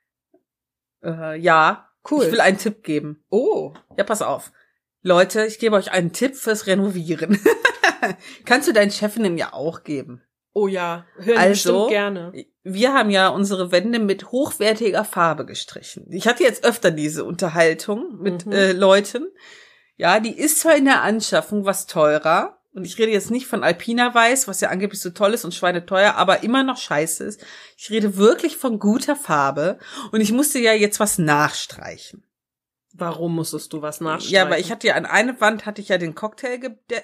Ja. Cool. Ich will einen Tipp geben. Oh. Ja, pass auf. Leute, ich gebe euch einen Tipp fürs Renovieren. Kannst du deinen Chefinnen ja auch geben. Oh ja, hören bestimmt gerne. Wir haben ja unsere Wände mit hochwertiger Farbe gestrichen. Ich hatte jetzt öfter diese Unterhaltung mit Leuten. Ja, die ist zwar in der Anschaffung was teurer. Und ich rede jetzt nicht von Alpina Weiß, was ja angeblich so toll ist und schweineteuer, aber immer noch scheiße ist. Ich rede wirklich von guter Farbe. Und ich musste ja jetzt was nachstreichen. Warum musstest du was nachstreichen? Ja, weil ich hatte ja an eine Wand hatte ich ja den Cocktail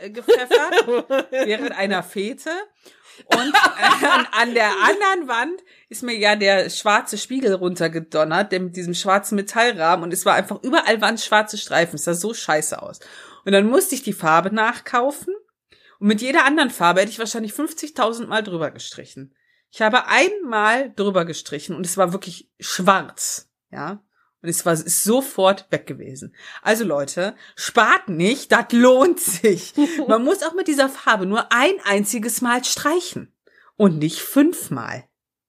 gepfeffert während einer Fete. Und an der anderen Wand ist mir ja der schwarze Spiegel runtergedonnert, der mit diesem schwarzen Metallrahmen, und es war einfach überall waren schwarze Streifen. Es sah so scheiße aus. Und dann musste ich die Farbe nachkaufen. Und mit jeder anderen Farbe hätte ich wahrscheinlich 50.000 Mal drüber gestrichen. Ich habe einmal drüber gestrichen und es war wirklich schwarz, ja. Und es ist sofort weg gewesen. Also Leute, spart nicht, das lohnt sich. Man muss auch mit dieser Farbe nur ein einziges Mal streichen und nicht 5 Mal.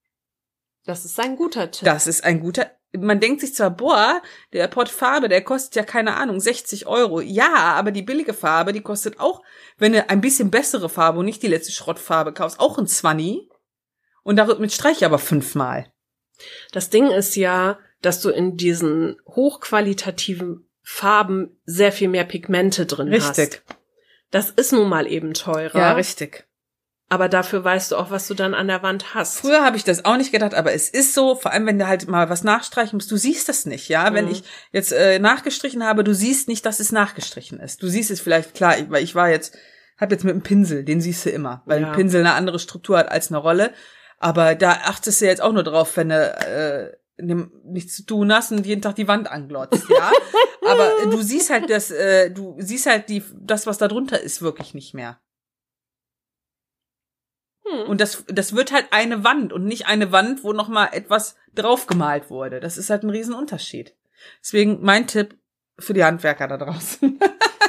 Das ist ein guter Tipp. Das ist ein guter. Man denkt sich zwar, boah, der Pott Farbe, der kostet ja, keine Ahnung, 60 €. Ja, aber die billige Farbe, die kostet auch, wenn du ein bisschen bessere Farbe und nicht die letzte Schrottfarbe kaufst, auch ein 20. Und damit streiche ich aber 5 Mal. Das Ding ist ja, dass du in diesen hochqualitativen Farben sehr viel mehr Pigmente drin hast. Richtig. Das ist nun mal eben teurer. Ja, richtig. Aber dafür weißt du auch, was du dann an der Wand hast. Früher habe ich das auch nicht gedacht, aber es ist so, vor allem wenn du halt mal was nachstreichen musst, du siehst das nicht, ja. Wenn ich jetzt nachgestrichen habe, du siehst nicht, dass es nachgestrichen ist. Du siehst es vielleicht, klar, weil ich habe jetzt mit einem Pinsel, den siehst du immer, weil ein Pinsel eine andere Struktur hat als eine Rolle. Aber da achtest du jetzt auch nur drauf, wenn du nichts zu tun hast und jeden Tag die Wand anglotzt, ja. Aber du siehst halt das, das, was da drunter ist, wirklich nicht mehr. Und das wird halt eine Wand und nicht eine Wand, wo noch mal etwas draufgemalt wurde. Das ist halt ein Riesenunterschied. Deswegen mein Tipp für die Handwerker da draußen.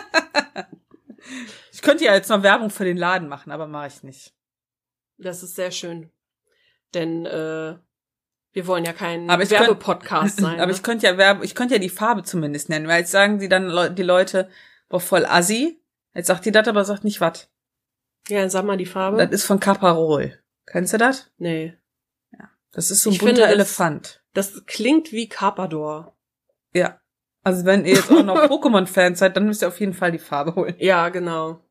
Ich könnte ja jetzt noch Werbung für den Laden machen, aber mache ich nicht. Das ist sehr schön. Denn wir wollen ja kein Werbepodcast sein. Aber ne? ich könnte ja die Farbe zumindest nennen, weil jetzt sagen die dann die Leute, boah, voll assi. Jetzt sagt die das, aber sagt nicht was. Ja, dann sag mal die Farbe. Das ist von Caparol. Kennst du das? Nee. Ja. Das ist so ein bunter Elefant. Das klingt wie Carpador. Ja. Also wenn ihr jetzt auch noch Pokémon-Fans seid, dann müsst ihr auf jeden Fall die Farbe holen. Ja, genau.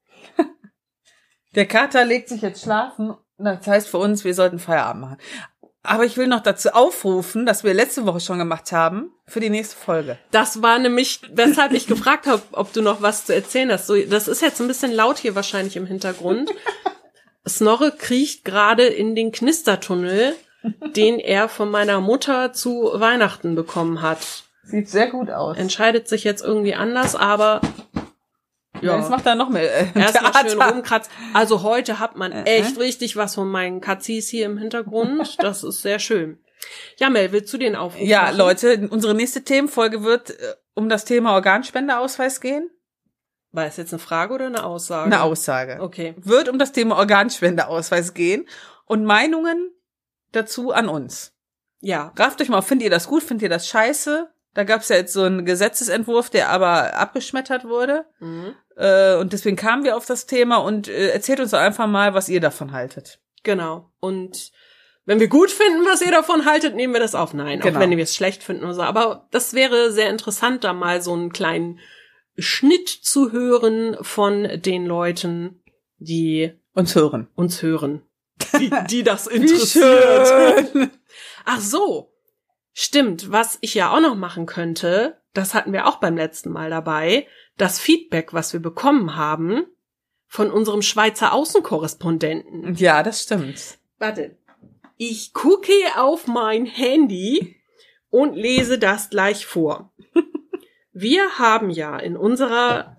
Der Kater legt sich jetzt schlafen. Das heißt für uns, wir sollten Feierabend machen. Aber ich will noch dazu aufrufen, dass wir letzte Woche schon gemacht haben, für die nächste Folge. Das war nämlich, weshalb ich gefragt habe, ob du noch was zu erzählen hast. So, das ist jetzt ein bisschen laut hier wahrscheinlich im Hintergrund. Snorre kriecht gerade in den Knistertunnel, den er von meiner Mutter zu Weihnachten bekommen hat. Sieht sehr gut aus. Entscheidet sich jetzt irgendwie anders, aber ja, jetzt macht er noch mehr erstmal schön rumkratzen. Also heute hat man echt richtig was von meinen Katzis hier im Hintergrund. Das ist sehr schön. Ja, Mel, willst du den Aufruf machen? Leute, unsere nächste Themenfolge wird um das Thema Organspendeausweis gehen. War es jetzt eine Frage oder eine Aussage? Eine Aussage. Okay. Wird um das Thema Organspendeausweis gehen und Meinungen dazu an uns. Ja. Rafft euch mal auf, findet ihr das gut, findet ihr das scheiße? Da gab's ja jetzt so einen Gesetzesentwurf, der aber abgeschmettert wurde. Mhm. Und deswegen kamen wir auf das Thema und erzählt uns doch einfach mal, was ihr davon haltet. Genau. Und wenn wir gut finden, was ihr davon haltet, nehmen wir das auf. Nein, genau. Auch wenn wir es schlecht finden oder so. Aber das wäre sehr interessant, da mal so einen kleinen Schnitt zu hören von den Leuten, die uns hören. Die das interessiert. Wie schön. Ach so. Stimmt, was ich ja auch noch machen könnte, das hatten wir auch beim letzten Mal dabei, das Feedback, was wir bekommen haben von unserem Schweizer Außenkorrespondenten. Ja, das stimmt. Warte, ich gucke auf mein Handy und lese das gleich vor. Wir haben ja in unserer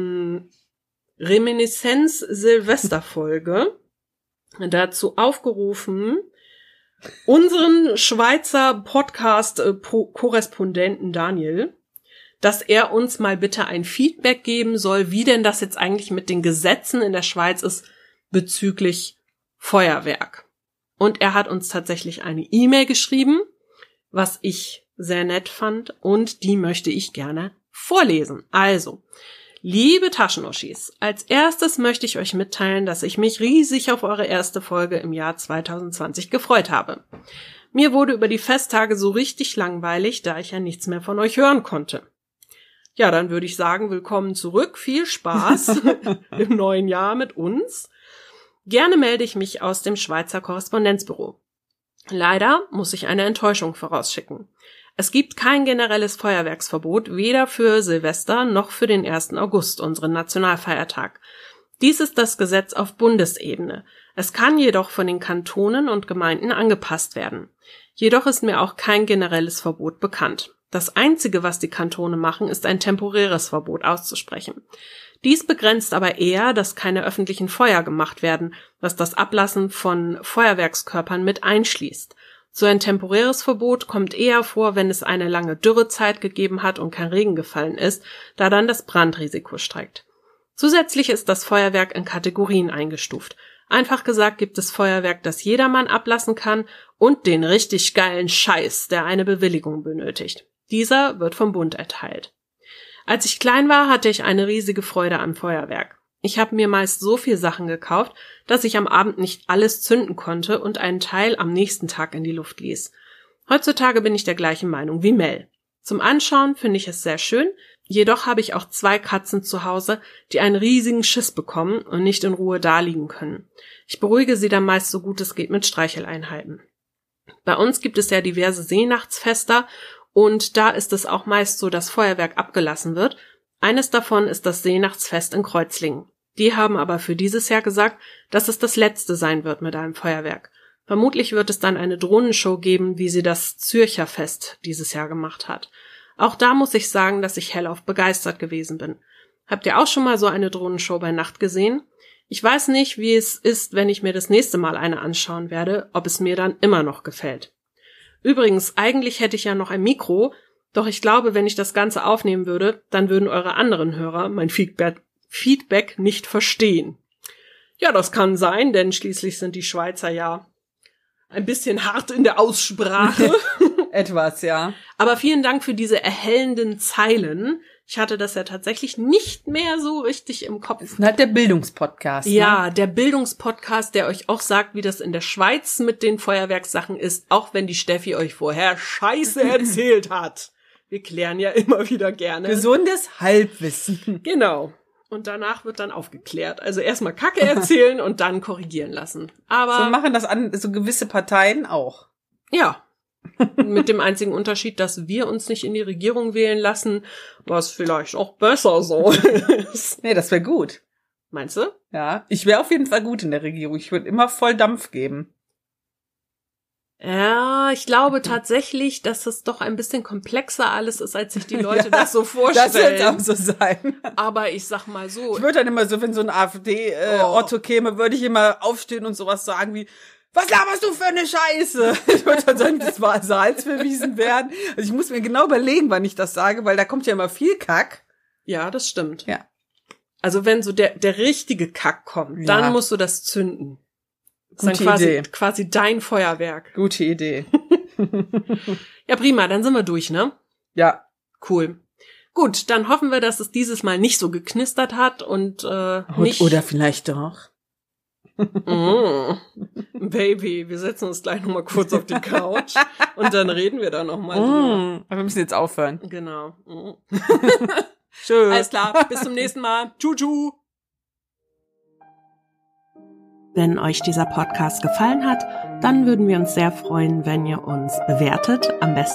Reminiszenz-Silvester-Folge dazu aufgerufen, unseren Schweizer Podcast-Korrespondenten Daniel, dass er uns mal bitte ein Feedback geben soll, wie denn das jetzt eigentlich mit den Gesetzen in der Schweiz ist bezüglich Feuerwerk. Und er hat uns tatsächlich eine E-Mail geschrieben, was ich sehr nett fand, und die möchte ich gerne vorlesen. Also, liebe Taschenuschis, als erstes möchte ich euch mitteilen, dass ich mich riesig auf eure erste Folge im Jahr 2020 gefreut habe. Mir wurde über die Festtage so richtig langweilig, da ich ja nichts mehr von euch hören konnte. Ja, dann würde ich sagen, willkommen zurück, viel Spaß im neuen Jahr mit uns. Gerne melde ich mich aus dem Schweizer Korrespondenzbüro. Leider muss ich eine Enttäuschung vorausschicken. Es gibt kein generelles Feuerwerksverbot, weder für Silvester noch für den 1. August, unseren Nationalfeiertag. Dies ist das Gesetz auf Bundesebene. Es kann jedoch von den Kantonen und Gemeinden angepasst werden. Jedoch ist mir auch kein generelles Verbot bekannt. Das Einzige, was die Kantone machen, ist ein temporäres Verbot auszusprechen. Dies begrenzt aber eher, dass keine öffentlichen Feuer gemacht werden, was das Ablassen von Feuerwerkskörpern mit einschließt. So ein temporäres Verbot kommt eher vor, wenn es eine lange Dürrezeit gegeben hat und kein Regen gefallen ist, da dann das Brandrisiko steigt. Zusätzlich ist das Feuerwerk in Kategorien eingestuft. Einfach gesagt gibt es Feuerwerk, das jedermann ablassen kann, und den richtig geilen Scheiß, der eine Bewilligung benötigt. Dieser wird vom Bund erteilt. Als ich klein war, hatte ich eine riesige Freude am Feuerwerk. Ich habe mir meist so viel Sachen gekauft, dass ich am Abend nicht alles zünden konnte und einen Teil am nächsten Tag in die Luft ließ. Heutzutage bin ich der gleichen Meinung wie Mel. Zum Anschauen finde ich es sehr schön, jedoch habe ich auch 2 Katzen zu Hause, die einen riesigen Schiss bekommen und nicht in Ruhe daliegen können. Ich beruhige sie dann meist so gut es geht mit Streicheleinheiten. Bei uns gibt es ja diverse Seenachtsfester und da ist es auch meist so, dass Feuerwerk abgelassen wird. Eines davon ist das Seenachtsfest in Kreuzlingen. Die haben aber für dieses Jahr gesagt, dass es das letzte sein wird mit einem Feuerwerk. Vermutlich wird es dann eine Drohnenshow geben, wie sie das Zürcher Fest dieses Jahr gemacht hat. Auch da muss ich sagen, dass ich hellauf begeistert gewesen bin. Habt ihr auch schon mal so eine Drohnenshow bei Nacht gesehen? Ich weiß nicht, wie es ist, wenn ich mir das nächste Mal eine anschauen werde, ob es mir dann immer noch gefällt. Übrigens, eigentlich hätte ich ja noch ein Mikro, Doch ich glaube, wenn ich das Ganze aufnehmen würde, dann würden eure anderen Hörer mein Feedback nicht verstehen. Ja, das kann sein, denn schließlich sind die Schweizer ja ein bisschen hart in der Aussprache. Etwas, ja. Aber vielen Dank für diese erhellenden Zeilen. Ich hatte das ja tatsächlich nicht mehr so richtig im Kopf. Das ist halt der Bildungspodcast. Ja, ne? der Bildungspodcast, der euch auch sagt, wie das in der Schweiz mit den Feuerwerkssachen ist, auch wenn die Steffi euch vorher Scheiße erzählt hat. Wir klären ja immer wieder gerne. Gesundes Halbwissen. Genau. Und danach wird dann aufgeklärt. Also erstmal Kacke erzählen und dann korrigieren lassen. Aber So machen das so gewisse Parteien auch. ja, mit dem einzigen Unterschied, dass wir uns nicht in die Regierung wählen lassen, was vielleicht auch besser so ist. Nee, das wäre gut. Meinst du? Ja, ich wäre auf jeden Fall gut in der Regierung. Ich würde immer voll Dampf geben. Ja, ich glaube tatsächlich, dass das doch ein bisschen komplexer alles ist, als sich die Leute das so Das wird vorstellen. auch so sein. Aber ich sag mal so. Ich würde dann immer so, wenn so ein AfD-Otto käme, würde ich immer aufstehen und sowas sagen wie, was laberst du für eine Scheiße? Ich würde dann sagen, das war salzverwiesen werden. Also ich muss mir genau überlegen, wann ich das sage, weil da kommt ja immer viel Kack. Ja, das stimmt. Ja. Also wenn so der richtige Kack kommt, Ja. dann musst du das zünden. Das ist Gute dann Idee. quasi dein Feuerwerk. Gute Idee. Ja, prima, dann sind wir durch, ne? Ja. Cool. Gut, dann hoffen wir, dass es dieses Mal nicht so geknistert hat und nicht... Oder vielleicht doch. Baby, wir setzen uns gleich nochmal kurz auf die Couch und dann reden wir da nochmal drüber. Aber wir müssen jetzt aufhören. Genau. Tschüss. Alles klar, bis zum nächsten Mal. Tschu. Wenn euch dieser Podcast gefallen hat, dann würden wir uns sehr freuen, wenn ihr uns bewertet, am besten